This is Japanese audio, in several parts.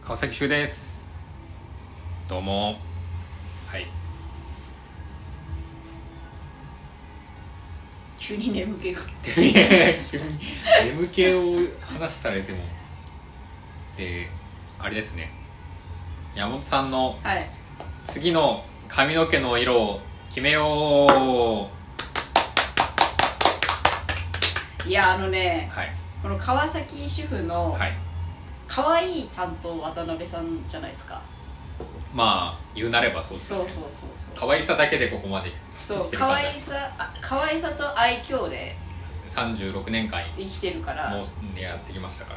川崎修です。どうも。はい。 急に眠気が急に眠気を話されてもあれですね。山本さんの次の髪の毛の色を決めよう。いやはい、この川崎主婦の可愛い担当渡辺さんじゃないですか。 まあ言うなればそうですね。そう可愛さだけでここまでそう可愛さと愛嬌で 36年間生きてるからもうやってきましたから。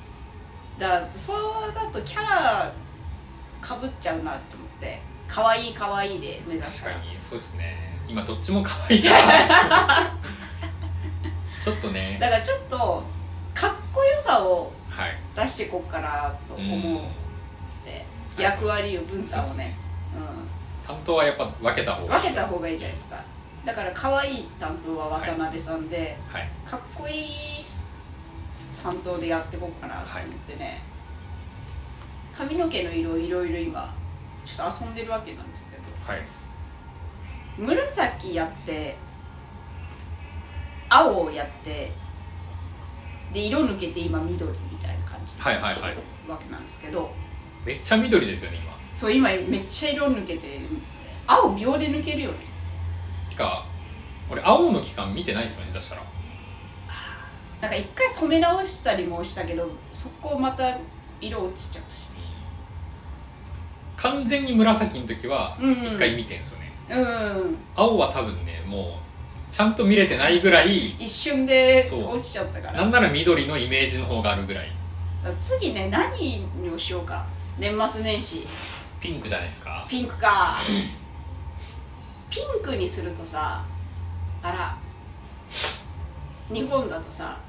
そうだとキャラかぶっちゃうなって思って、可愛いで目指す。 確かにそうですね。今どっちも可愛いからちょっとね、 だからちょっとかっこよさを出していこうかなと思って、役割を分担をね、 担当はやっぱ分けた方がいいじゃないですか。だから可愛い担当は渡辺さんで、かっこいい担当でやっていこうかなと思ってね、髪の毛の色いろいろ今ちょっと遊んでるわけなんですけど、紫やって青をやってで色抜けて今緑みたいな感じでわけなんですけど、 めっちゃ緑ですよね今。 そう今めっちゃ色抜けて青秒で抜けるよね。 てか俺青の期間見てないですよね。出したらなんか一回染め直したりもしたけど、そこまた色落ちちゃったし、 完全に紫の時は一回見てんですよね。青は多分ねもうちゃんと見れてないぐらい一瞬で落ちちゃったから。 なんなら緑のイメージの方があるぐらい。 次ね何をしようか。年末年始ピンクじゃないですか。 ピンクかピンクにするとさ、あら日本だとさ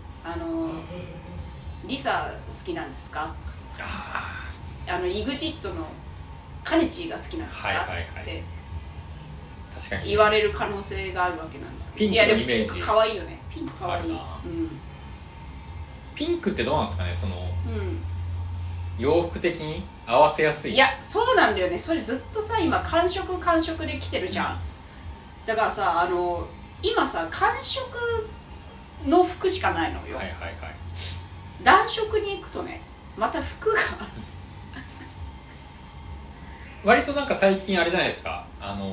リサ好きなんですかとかさ、EXIT のカネチが好きなんですか、って確かに言われる可能性があるわけなんですけど、 ピンクのイメージ。 いやでもピンク可愛いよね。ピンク可愛い。 ピンクってどうなんですかね。その、洋服的に合わせやすい。 いやそうなんだよね。それずっとさ今寒色で着てるじゃん、だからさ今さ寒色の服しかないのよ。暖色に行くとねまた服が割となんか最近あれじゃないですか、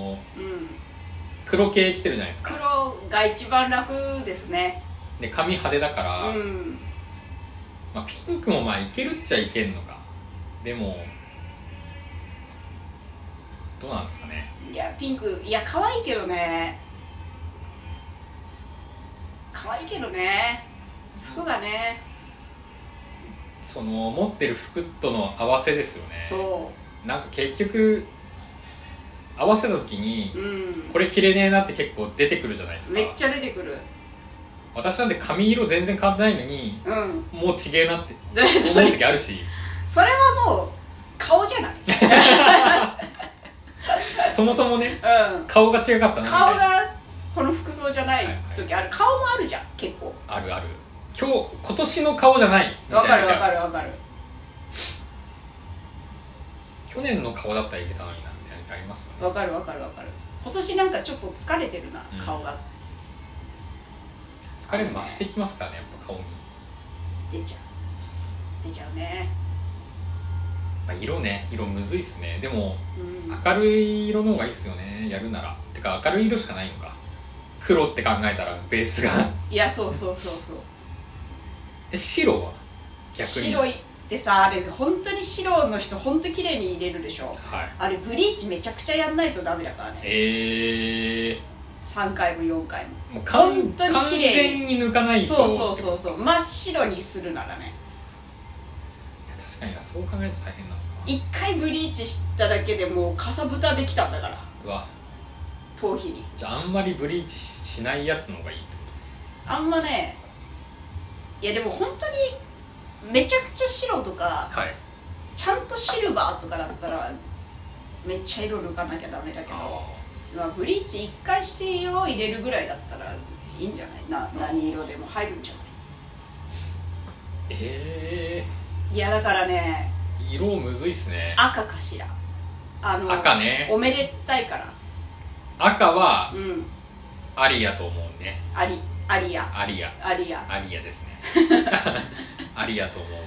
黒系着てるじゃないですか。 黒が一番楽ですね。 で髪派手だから、まあ、ピンクもまあいけるっちゃいけんのか。でもどうなんですかね。 いやピンクいや可愛いけどね、服がね、 その持ってる服との合わせですよね。そうなんか結局合わせた時に、これ着れねえなって結構出てくるじゃないですか。 めっちゃ出てくる。 私なんて髪色全然変わってないのに、もうちげえなって思う時あるしそれはもう顔じゃないそもそもね、顔が違かったなみたいな。 顔がこの服装じゃない時ある、顔もあるじゃん結構。 ある。今年の顔じゃないみたいな。 わかる。 去年の顔だったらいけたのになみたいなのありますよね。 わかる。今年なんかちょっと疲れてるな、顔が。 疲れ増してきますからね、やっぱ顔に出ちゃうね。 まあ、色むずいっすね。でも、明るい色の方がいいっすよね、やるなら。てか明るい色しかないのか、黒って考えたらベースがいやそう白は逆に白いってさ、あれ本当に白の人本当に綺麗に入れるでしょ、あれブリーチめちゃくちゃやんないとダメだからね。3回も4回もう本当に綺麗に完全に抜かないと。 そう真っ白にするならね。 確かにな、そう考えると大変なのか。 1回ブリーチしただけでもうかさぶたできたんだから。 うわ、 頭皮に。 じゃああんまりブリーチしないやつの方がいいってこと。あんまね、いやでも本当にめちゃくちゃ白とか、ちゃんとシルバーとかだったらめっちゃ色抜かなきゃダメだけど、まあ、ブリーチ1回して色を入れるぐらいだったらいいんじゃない。何色でも入るんじゃない。 いやだからね、 色むずいっすね。 赤かしら。 赤ね。 おめでたいから。 赤は、アリアと思うね。 アリアですね。アリアと思う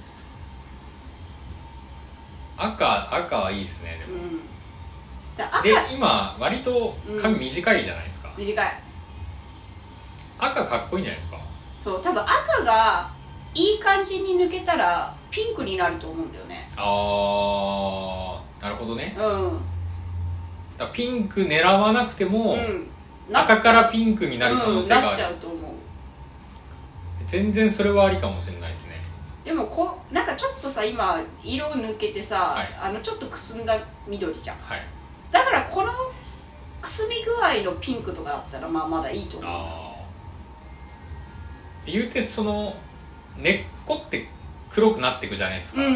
わ。赤はいいっすね。でも、で今割と髪短いじゃないですか。 短い。 赤かっこいいんじゃないですか。 そう、多分赤がいい感じに抜けたらピンクになると思うんだよね。 なるほどね。だピンク狙わなくても、赤からピンクになる可能性がある。 なっちゃうと思う。 全然それはありかもしれないですね。 でもなんかちょっとさ、今色抜けてさ、ちょっとくすんだ緑じゃん、だからこのくすみ具合のピンクとかだったらまだいいと思う。 言うてその根っこって黒くなっていくじゃないですか。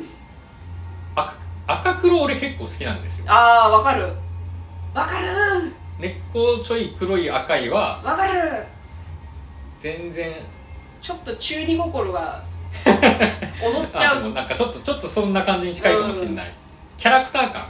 赤黒俺結構好きなんですよ。 わかる根っこちょい黒い赤いはわかる。 全然ちょっと中二心が踊っちゃう。 でもなんかちょっとそんな感じに近いかもしれない、キャラクター感。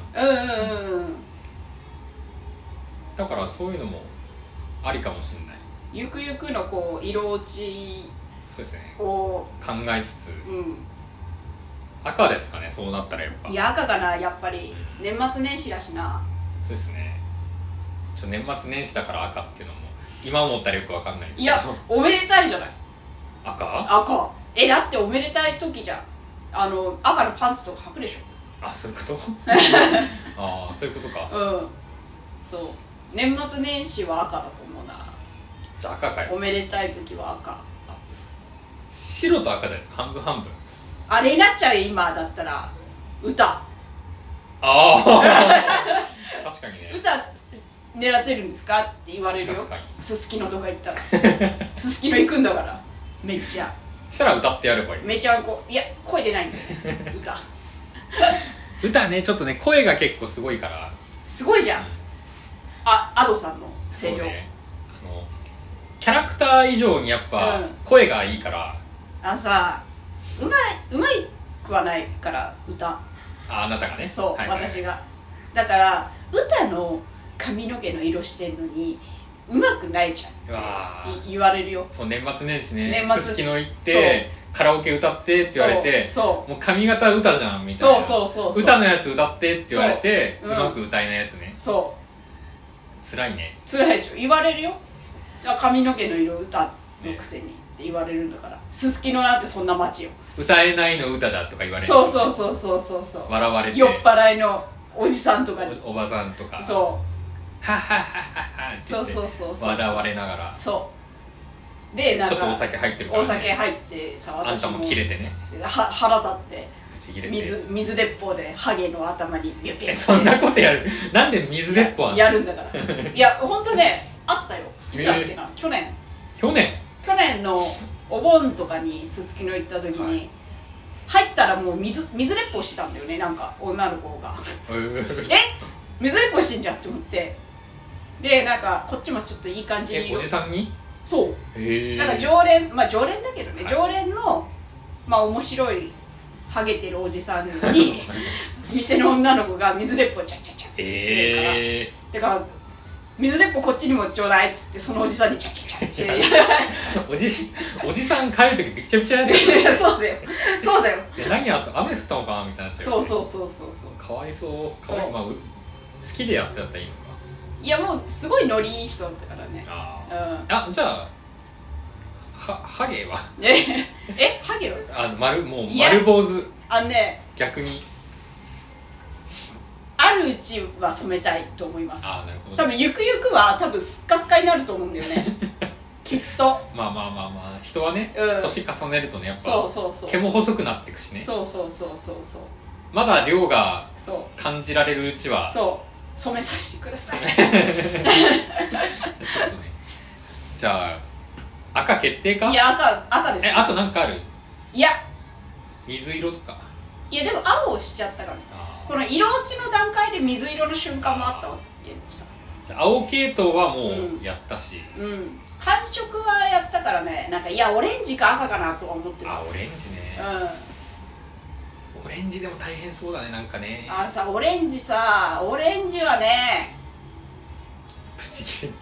だからそういうのもありかもしれない。 ゆくゆくのこう色落ちそうですねを考えつつ、赤ですかね、そうなったらやっぱ。 いや赤かな、やっぱり、年末年始だしな。 そうですね。年末年始だから赤っていうのも今思ったらよくわかんないですけど。 いや、おめでたいじゃない。 赤だっておめでたい時じゃん。赤のパンツとか履くでしょ。 そういうことそういうことか。 そう、年末年始は赤だと思うな。 じゃあ赤かよ。 おめでたい時は赤。 白と赤じゃないですか、半分半分。 あれになっちゃうよ今だったら。歌確かにね。 歌狙ってるんですかって言われるよ。 確かに。 すすきのとか行ったらすすきの行くんだからめっちゃ。 そしたら歌ってやればいい。 めちゃいや声出ないんだよ歌ね、ちょっとね声が結構すごいからすごいじゃん。アドさんの声量、 キャラクター以上にやっぱ声がいいから。 さうまいくはないから歌。 あなたがね。 そう、私が。だから歌の髪の毛の色してんのにうまくないじゃんって言われるよ。 そう、年末年始ね、すすきの行ってカラオケ歌ってって言われて、もう髪型歌じゃんみたいな。そう歌のやつ歌ってって言われて、うまく歌えないやつね。そう辛いね。 辛いでしょ。言われるよ。髪の毛の色歌のくせにって言われるんだから。すすきのなんてそんな街よ。 歌えないの歌だとか言われる。 そう笑われて、酔っ払いのおじさんとかに、 おばさんとか、はっはっはっはっはって言って笑われながら。そうで、なんかちょっとお酒入ってるからね。お酒入ってさ、私もあんたもキレてね、腹立って水鉄砲でハゲの頭にビュッビュッ。そんなことやる。なんで水鉄砲やるんだからいやほんとね、あったよ。いつだっけな、去年のお盆とかにすすきの行った時に、入ったらもう水鉄砲してたんだよね、なんか女の子が水鉄砲してんじゃんって思って、でなんかこっちもちょっといい感じに。おじさんに？そう、なんか常連だけどね、常連の面白いハゲてるおじさんに店の女の子が水鉄砲チャチャチャってしてるから、だから水鉄砲こっちにもちょうだいっつって、そのおじさんにチャチャチャっておじさん帰るときびっちゃびちゃやってるそうだよ何やった雨降ったのかなみたいになっちゃう。そうかわいそう。好きでやってたらいいのか。いやもうすごいノリいい人だったからね。じゃあハゲはハゲはもう丸坊主。逆にあるうちは染めたいと思います。なるほど、ね、多分ゆくゆくは多分スッカスカになると思うんだよねきっと。人はね、年重ねるとねやっぱ毛も細くなっていくしね。まだ量が感じられるうちは染めさせてくださいじゃあ赤決定か。いや赤です。あとなんかある？いや水色とか。いやでも青をしちゃったからさ、この色落ちの段階で水色の瞬間もあったわけどさ。じゃあ青系統はもうやったし、寒色はやったからね、なんかいやオレンジか赤かなとは思ってた。オレンジね。 オレンジでも大変そうだね、なんかね。 オレンジはねプチ切れ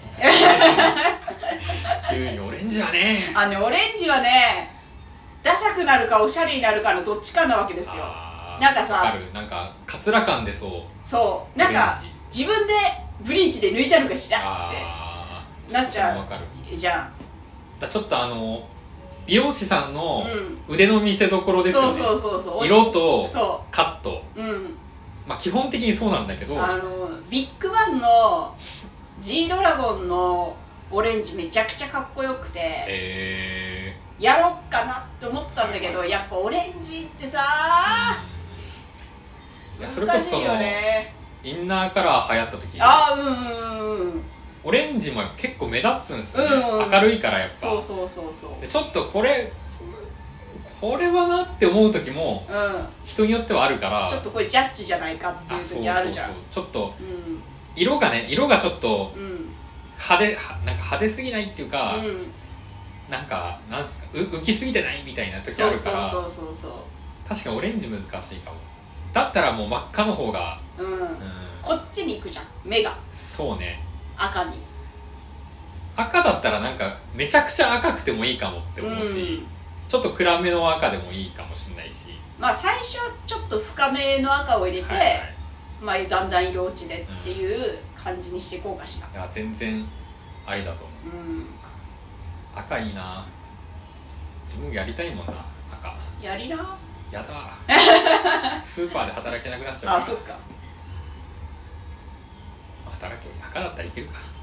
急にオレンジはねオレンジはねダサくなるかおしゃれになるかのどっちかなわけですよ。なんかさ、 なんかカツラ感でそうなんか自分でブリーチで抜いたのかしらってなっちゃうじゃん。 ちょっと美容師さんの腕の見せ所ですよね。そう色とカット、まあ基本的にそうなんだけど、 ビッグバンの G ドラゴンのオレンジめちゃくちゃかっこよくて、やろっかなって思ったんだけど、やっぱオレンジってさいやそれこそインナーカラー流行った時オレンジも結構目立つんですよね、明るいからやっぱ。 そうでちょっとこれはなって思う時も人によってはあるから、 ちょっとこれジャッジじゃないかっていう時あるじゃん。 ちょっと色がちょっと派手すぎないっていうか、なんすか浮きすぎてないみたいな時あるから、確かにオレンジ難しいかも。だったらもう真っ赤の方がこっちに行くじゃん、目が。 そうね、 赤だったらなんかめちゃくちゃ赤くてもいいかもって思うし、ちょっと暗めの赤でもいいかもしれないし、 まあ最初はちょっと深めの赤を入れて、まあだんだん色落ちでっていう感じにしていこうかしら。 いや全然ありだと思う。赤いいな、自分やりたいもんな、赤。 やりな。 やだスーパーで働けなくなっちゃうから。 そっか、 赤だったらいけるか。